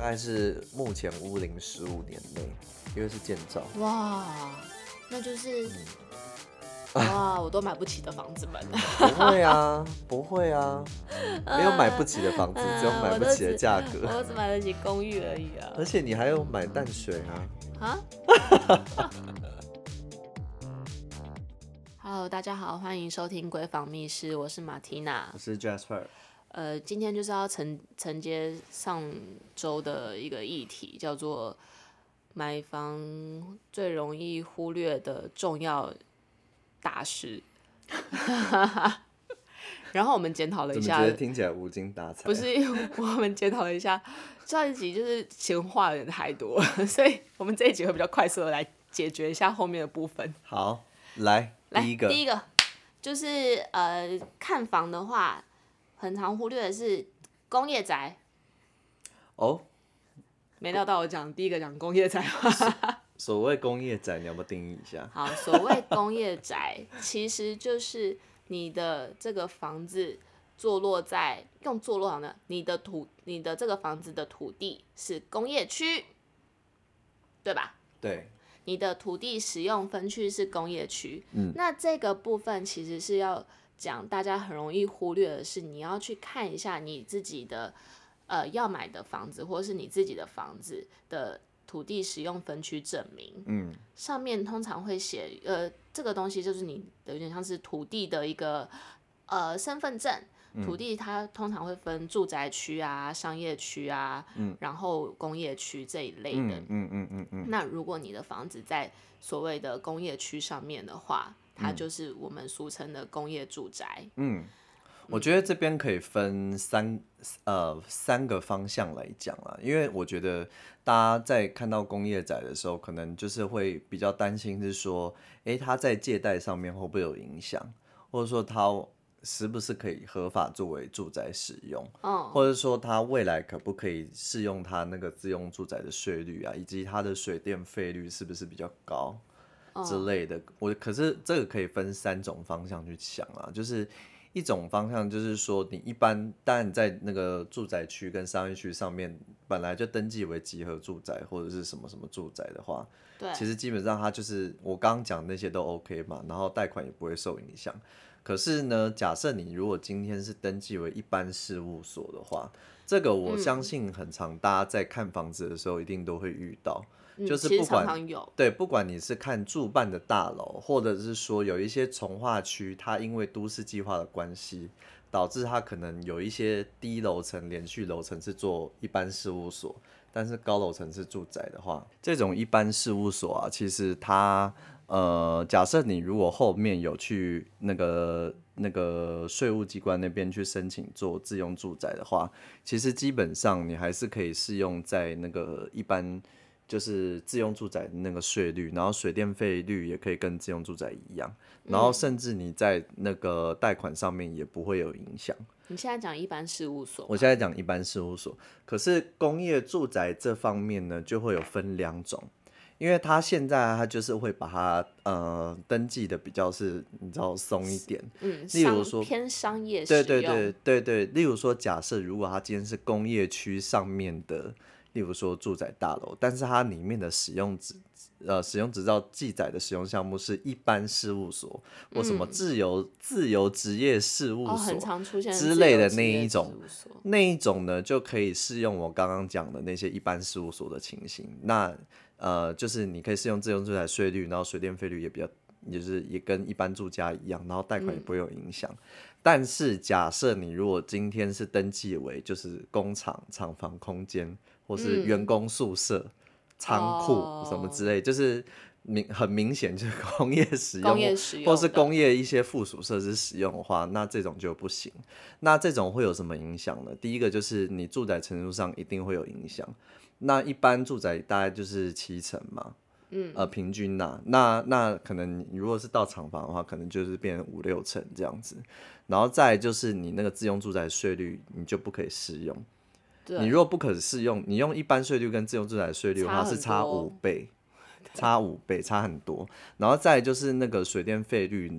概是目前屋龄15年内，因为是建造。 哇，那就是，哇，我都买不起的房子们。 不会啊，不会啊，没有买不起的房子，只有买不起的价格。 我只买得起公寓而已啊。 而且你还有买淡水啊。 啊？Hello， 大家好，欢迎收听闺房密室，我是马缇娜， 我是 Jasper。 今天就是要承接上周的一个议题，叫做买房最容易忽略的重要大事。然后我们检讨了一下， 怎么觉得听起来无精打采？ 不是，我们检讨了一下，上一集就是闲话有点太多，所以我们这一集会比较快速的来解决一下后面的部分。 好，来第一个就是看房的话，很常忽略的是工业宅。 哦， 没料到我第一个讲工业宅。 所谓工业宅，你要不要定义一下？ 好，所谓工业宅，其实就是你的这个房子坐落在你的这个房子的土地是工业区，对吧？ 对。 你的土地使用分区是工业区，那这个部分其实是要讲大家很容易忽略的是，你要去看一下你自己的要买的房子，或是你自己的房子的土地使用分区证明，上面通常会写这个东西就是你的有点像是土地的一个身份证。土地它通常会分住宅区啊、商业区啊，然后工业区这一类的。那如果你的房子在所谓的工业区上面的话，它就是我们俗称的工业住宅。 我觉得这边可以分三个方向来讲啦，因为我觉得大家在看到工业宅的时候，可能就是会比较担心是说，它在借贷上面会不会有影响，或者说它是不是可以合法作为住宅使用，或者说它未来可不可以适用它那个自用住宅的税率啊，以及它的水电费率是不是比较高之类的。可是这个可以分三种方向去想啊，就是一种方向就是说，你一般当然你在那个住宅区跟商业区上面本来就登记为集合住宅或者是什么什么住宅的话，其实基本上它就是我刚刚讲的那些都 OK 嘛，然后贷款也不会受影响。可是呢，假设你如果今天是登记为一般事务所的话，这个我相信很常大家在看房子的时候一定都会遇到，就是不管其实常常有， 对，不管你是看住办的大楼，或者是说有一些从化区，它因为都市计划的关系，导致它可能有一些低楼层连续楼层是做一般事务所，但是高楼层是住宅的话，这种一般事务所啊，其实它假设你如果后面有去那个税务机关那边去申请做自用住宅的话，其实基本上你还是可以适用在那个一般就是自用住宅的那个税率，然后水电费率也可以跟自用住宅一样，然后甚至你在那个贷款上面也不会有影响。 你现在讲一般事务所， 我现在讲一般事务所，可是工业住宅这方面呢，就会有分两种。因为他现在他就是会把它登记的比较是你知道松一点，例如说偏商业使用， 对，例如说假设如果他今天是工业区上面的，例如说住宅大楼，但是它里面的使用执照记载的使用项目是一般事务所或什么自由职业事务所， 很常出现之类的那一种呢，就可以适用我刚刚讲的那些一般事务所的情形。那就是你可以适用自用住宅税率，然后水电费率也比较，就是也跟一般住家一样，然后贷款也不会有影响。但是假设你如果今天是登记为就是工厂、厂房空间，或是员工宿舍、仓库什么之类，就是很明显就是工业使用或是工业一些附属设施使用的话，那这种就不行。那这种会有什么影响呢？第一个就是你住宅程度上一定会有影响。那一般住宅大概就是7成嘛，平均那可能你如果是到厂房的话，可能就是变成5、6成这样子。然后再来就是你那个自用住宅税率，你就不可以适用。你如果不可适用，你用一般税率跟自用住宅税率的话是差5倍，差很多。然后再来就是那个水电费率呢，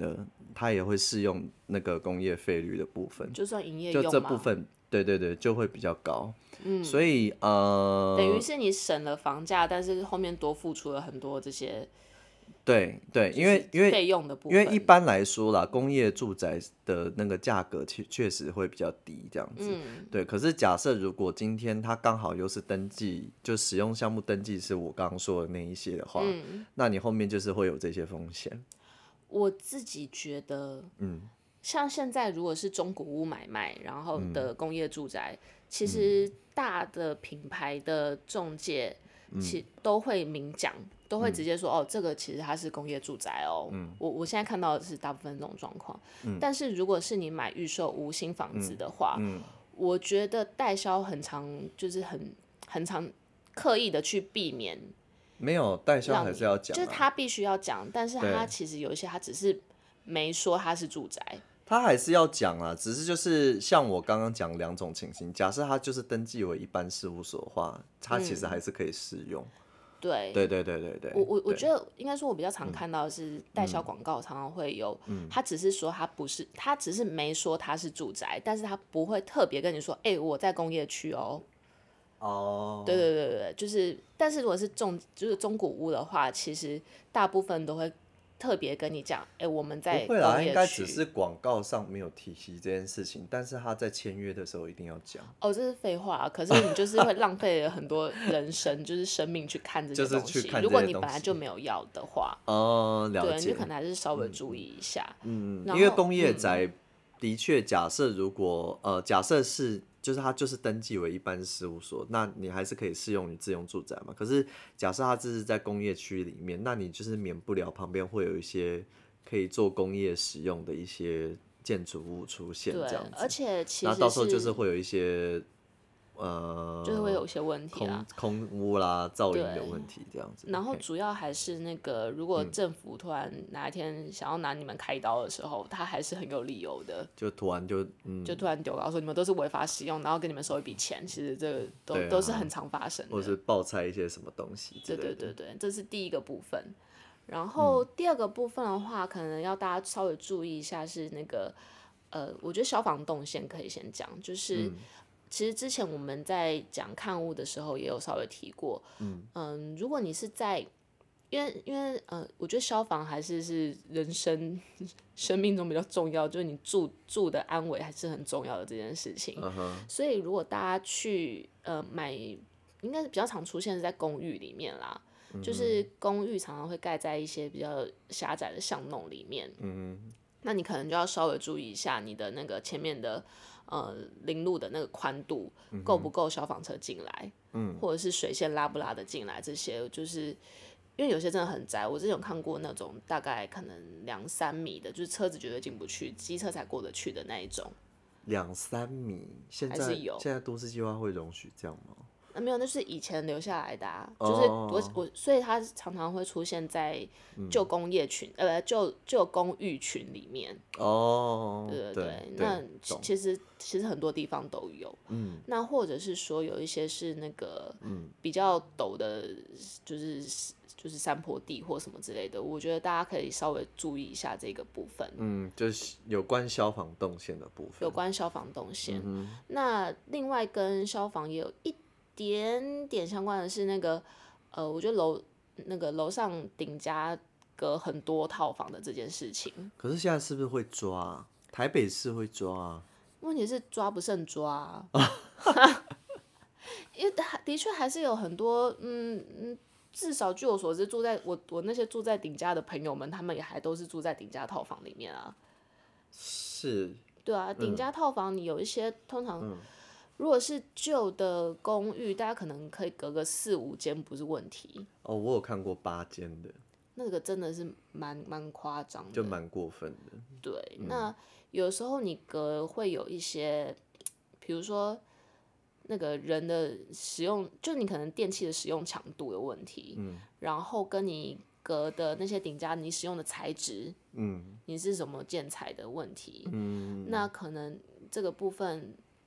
它也会适用那个工业费率的部分， 就算营业就用嘛， 这部分，对对对，就会比较高。所以等于是你省了房价，但是后面多付出了很多这些对对， 费用的部因为分。 一般来说啦，工业住宅的那个价格确实会比较低，这样子。对，可是假设如果今天它刚好又是登记，就使用项目登记是我刚刚说的那一些的话，那你后面就是会有这些风险。 我自己觉得，像现在如果是中古屋买卖，然后的工业住宅，其实大的品牌的中介其都会明讲，都会直接说，哦，这个其实它是工业住宅哦。我现在看到的是大部分这种状况，但是如果是你买预售屋新房子的话，我觉得代销很常就是很常刻意的去避免。 没有代销还是要讲， 就是他必须要讲，但是他其实有一些他只是没说他是住宅， 他还是要讲啊，只是就是像我刚刚讲两种情形，假设他就是登记为一般事务所的话，他其实还是可以适用。 对对对对对对， 我觉得应该说，我比较常看到的是代销广告，常常会有，他只是说他不是，他只是没说他是住宅，但是他不会特别跟你说，我在工业区哦。对对对对，就是，但是如果是就是中古屋的话，其实大部分都会特别跟你讲，我们在不会啦， 工业区。 应该只是广告上没有提及这件事情，但是他在签约的时候一定要讲。 哦，这是废话啊，可是你就是会浪费了很多人生，就是生命去看这些东西。如果你本来就没有要的话， 了对， 解。 你就可能还是稍微注意一下。 因为工业宅的确，假设如果假设是。就是它就是登记为一般事务所，那你还是可以适用于自用住宅嘛。可是假设它这是在工业区里面，那你就是免不了旁边会有一些可以做工业使用的一些建筑物出现，这样子。 而且其实那到时候就是会有一些就是会有一些问题啦， 空污啦、噪音的问题这样子。 然后主要还是那个，如果政府突然哪一天想要拿你们开刀的时候，他还是很有理由的， 就突然就突然丢稿说你们都是违法使用，然后跟你们收一笔钱，其实这个都是很常发生的， 或是爆拆一些什么东西之类的。 对对对对，这是第一个部分。然后第二个部分的话，可能要大家稍微注意一下是那个我觉得消防动线可以先讲，就是其实之前我们在讲看屋的时候也有稍微提过，如果你是在，因为我觉得消防还是人生命中比较重要，就是你住的安危还是很重要的这件事情。所以如果大家去买，应该是比较常出现是在公寓里面啦，就是公寓常常会盖在一些比较狭窄的巷弄里面，那你可能就要稍微注意一下你的那个前面的林路的那个宽度够不够消防车进来，或者是水线拉不拉得进来，这些就是因为有些真的很窄，我之前有看过那种大概可能2-3米的，就是车子绝对进不去，机车才过得去的那一种。 2-3米，现在都市计划会容许这样吗？ 没有，那是以前留下来的啊，就是我，所以它常常会出现在旧工业群，旧公寓群里面。对对对，那其实很多地方都有。那或者是说有一些是那个比较陡的，就是山坡地或什么之类的，我觉得大家可以稍微注意一下这个部分。 就是有关消防动线的部分。 有关消防动线，那另外跟消防也有一点点相关的是那个我觉得那个楼上顶加隔很多套房的这件事情。 可是现在是不是会抓？台北市会抓啊？ 问题是抓不胜抓因为的确还是有很多至少据我所知，住在我那些住在顶家的朋友们，他们也还都是住在顶家套房里面啊。 是。 对啊，顶家套房你有一些通常。如果是旧的公寓，大家可能可以隔个4-5间不是问题。 我有看过8间的， 那个真的是蛮夸张的， 就蛮过分的。 对，那有时候你隔会有一些，比如说那个人的使用，就你可能电器的使用强度有问题，然后跟你隔的那些顶家你使用的材质，你是什么建材的问题，那可能这个部分。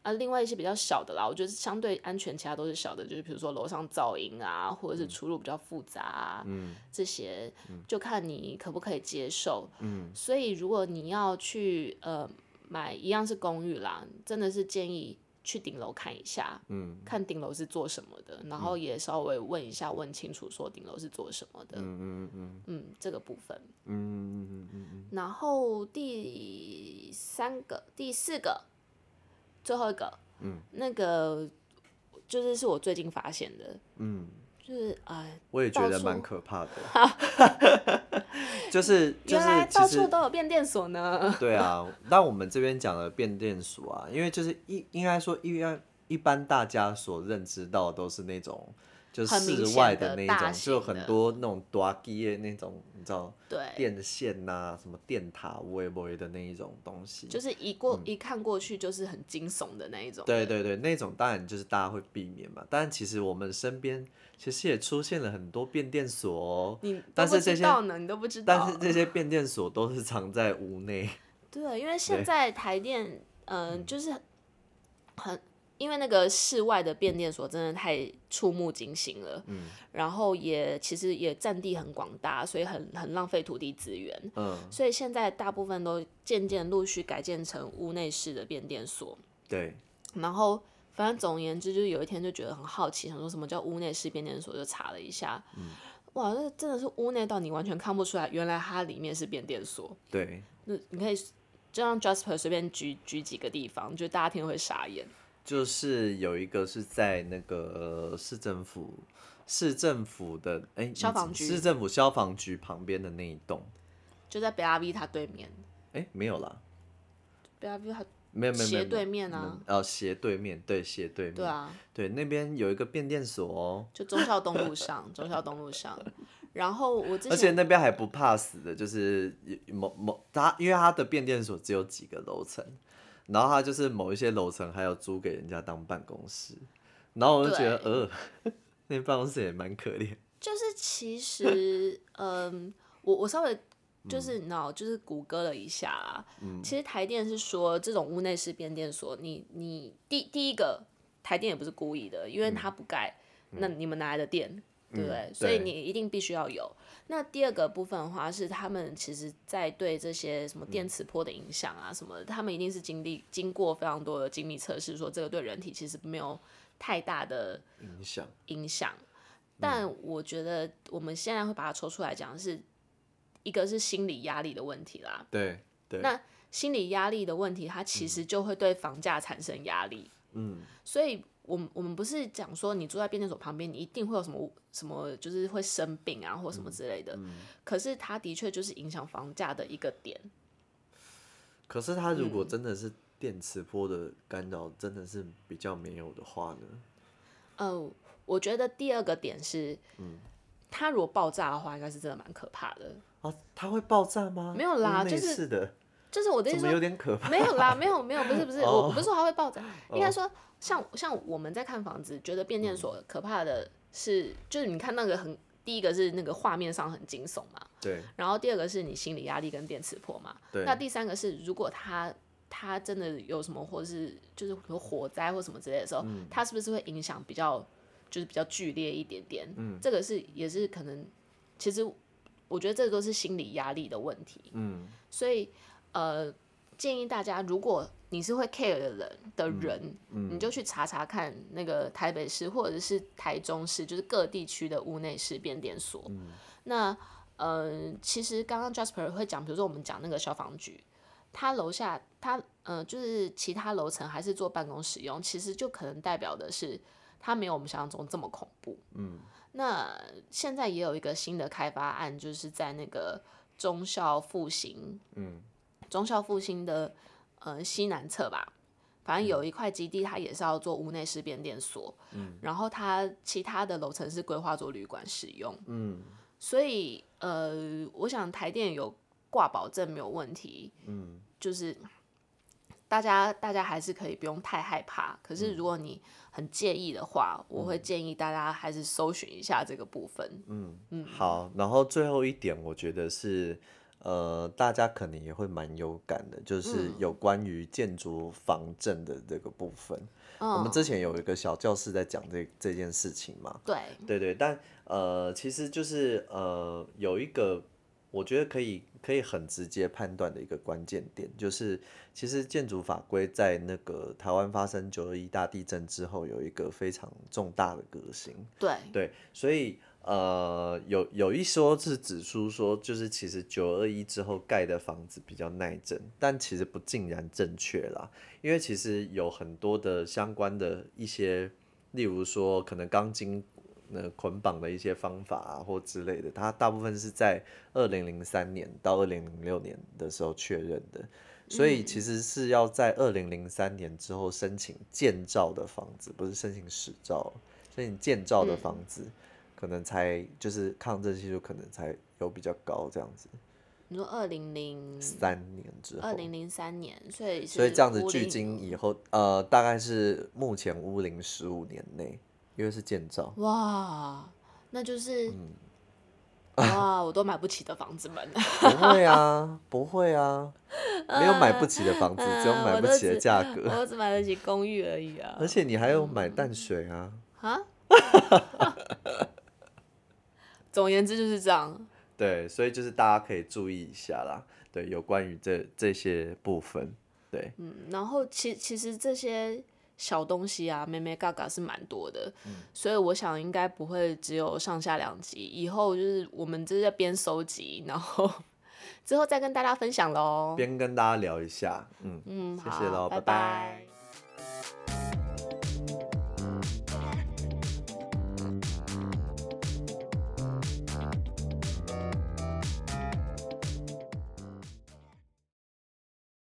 另外一些比较小的啦，我觉得相对安全，其他都是小的，就是比如说楼上噪音啊，或者是出入比较复杂啊，这些就看你可不可以接受。所以如果你要去买一样是公寓啦，真的是建议去顶楼看一下，看顶楼是做什么的，然后也稍微问一下，问清楚说顶楼是做什么的，这个部分，然后第四个，最后一个，那个是我最近发现的，就是我也觉得蛮可怕的， 原来到其实处都有变电所呢。 对啊，但我们这边讲的变电所啊，因为就是应该说一般大家所认知到的都是那种就是室外的那一种，就很多那种大基的那种，你知道，电线呐、什么电塔、微微的那一种东西， 就是一看过去就是很惊悚的那一种。 对对对，那种当然就是大家会避免嘛。但其实我们身边其实也出现了很多变电所哦， 你都不知道呢，你都不知道。 但是这些变电所都是藏在屋内。 对，因为现在台电，就是因为那个室外的变电所真的太触目惊心了，然后其实也占地很广大，所以很浪费土地资源，所以现在大部分都渐渐陆续改建成屋内式的变电所。 对， 然后反正总而言之，就是有一天就觉得很好奇，想说什么叫屋内式变电所，就查了一下，哇，那真的是屋内到你完全看不出来，原来它里面是变电所。 对， 那你可以就让 Jasper 随便举几个地方，就大家听了会傻眼。 就是有一个是在那个市政府的消防局， 市政府消防局旁边的那一栋， 就在北阿 V 它对面。 没有啦， 北阿 V 它没有斜对面啊， 斜对面，对，斜对面， 对啊，对， 那边有一个变电所哦， 就忠孝东路上，然后我之前， 而且那边还不怕死的，就是因为它的变电所只有几个楼层。然后他就是某一些楼层还有租给人家当办公室，然后我就觉得那办公室也蛮可怜。 就是其实我稍微就是就是谷歌了一下啦，其实台电是说这种屋内式变电所，你第一个台电也不是故意的，因为它不盖，那你们哪来的电？对不对？所以你一定必须要有。那第二个部分的话是，他们其实在对这些什么电磁波的影响啊什么的，他们一定是经过非常多的精密测试，说这个对人体其实没有太大的影响。但我觉得我们现在会把它抽出来讲，是一个是心理压力的问题啦。 对。 那心理压力的问题，它其实就会对房价产生压力。所以我们不是讲说你住在变电所旁边，你一定会有什么就是会生病啊或什么之类的。可是它的确就是影响房价的一个点。 可是它如果真的是电磁波的干扰，真的是比较没有的话呢？ 我觉得第二个点是，它如果爆炸的话，应该是真的蛮可怕的。 它会爆炸吗？ 没有啦，就是我的意思说， 有点可怕。 没有啦，没有，不是，我不是说它会爆炸，应该说像我们在看房子，觉得变电所可怕的是，就是你看那个第一个是那个画面上很惊悚嘛， 对。 然后第二个是你心理压力跟电磁波嘛，对。那第三个是如果它真的有什么，或者是就是比如火灾或什么之类的时候，它是不是会影响比较剧烈一点点？这个也是可能，其实我觉得这都是心理压力的问题。所以建议大家，如果你是会 care 的人，你就去查查看那个台北市或者是台中市，就是各地区的屋内式变电所。那其实刚刚 Jasper 会讲，比如说我们讲那个消防局，他楼下就是其他楼层还是做办公使用，其实就可能代表的是它没有我们想象中这么恐怖。那现在也有一个新的开发案，就是在那个忠孝复兴的西南侧吧，反正有一块基地，它也是要做屋内式变电所，然后它其他的楼层是规划做旅馆使用，所以我想台电有挂保证没有问题，就是大家还是可以不用太害怕，可是如果你很介意的话，我会建议大家还是搜寻一下这个部分。 好，然后最后一点，我觉得是大家可能也会蛮有感的，就是有关于建筑防震的这个部分。我们之前有一个小教室在讲这件事情嘛。 对对对，但其实就是有一个我觉得可以很直接判断的一个关键点，就是其实建筑法规在那个台湾发生921大地震之后，有一个非常重大的革新。 对对，所以有一说是指出说，就是其实921之后盖的房子比较耐震，但其实不尽然正确啦，因为其实有很多的相关的一些，例如说可能钢筋捆绑的一些方法啊或之类的，它大部分是在2003年到2006年的时候确认的。所以其实是要在2003年之后申请建造的房子，不是申请使照，申请建造的房子，可能才就是抗震系数可能才有比较高这样子。 你说 3年之后 2003年，所以所以这样子屋距龄今以后，大概是目前屋龄15年内，因为是建造。 哇，那就是哇，我都买不起的房子们。 不会啊，不会啊，没有买不起的房子，只有买不起的价格。 我只买得起公寓而已啊。 而且你还有买淡水啊。 啊？总而言之就是这样。 对，所以就是大家可以注意一下啦。对，有关于这些部分，对。 然后其实这些小东西啊，妹妹嘎嘎是蛮多的，所以我想应该不会只有上下2集，以后就是我们这在边收集，然后之后再跟大家分享喽。 边跟大家聊一下，谢谢好， 喽， 拜拜拜。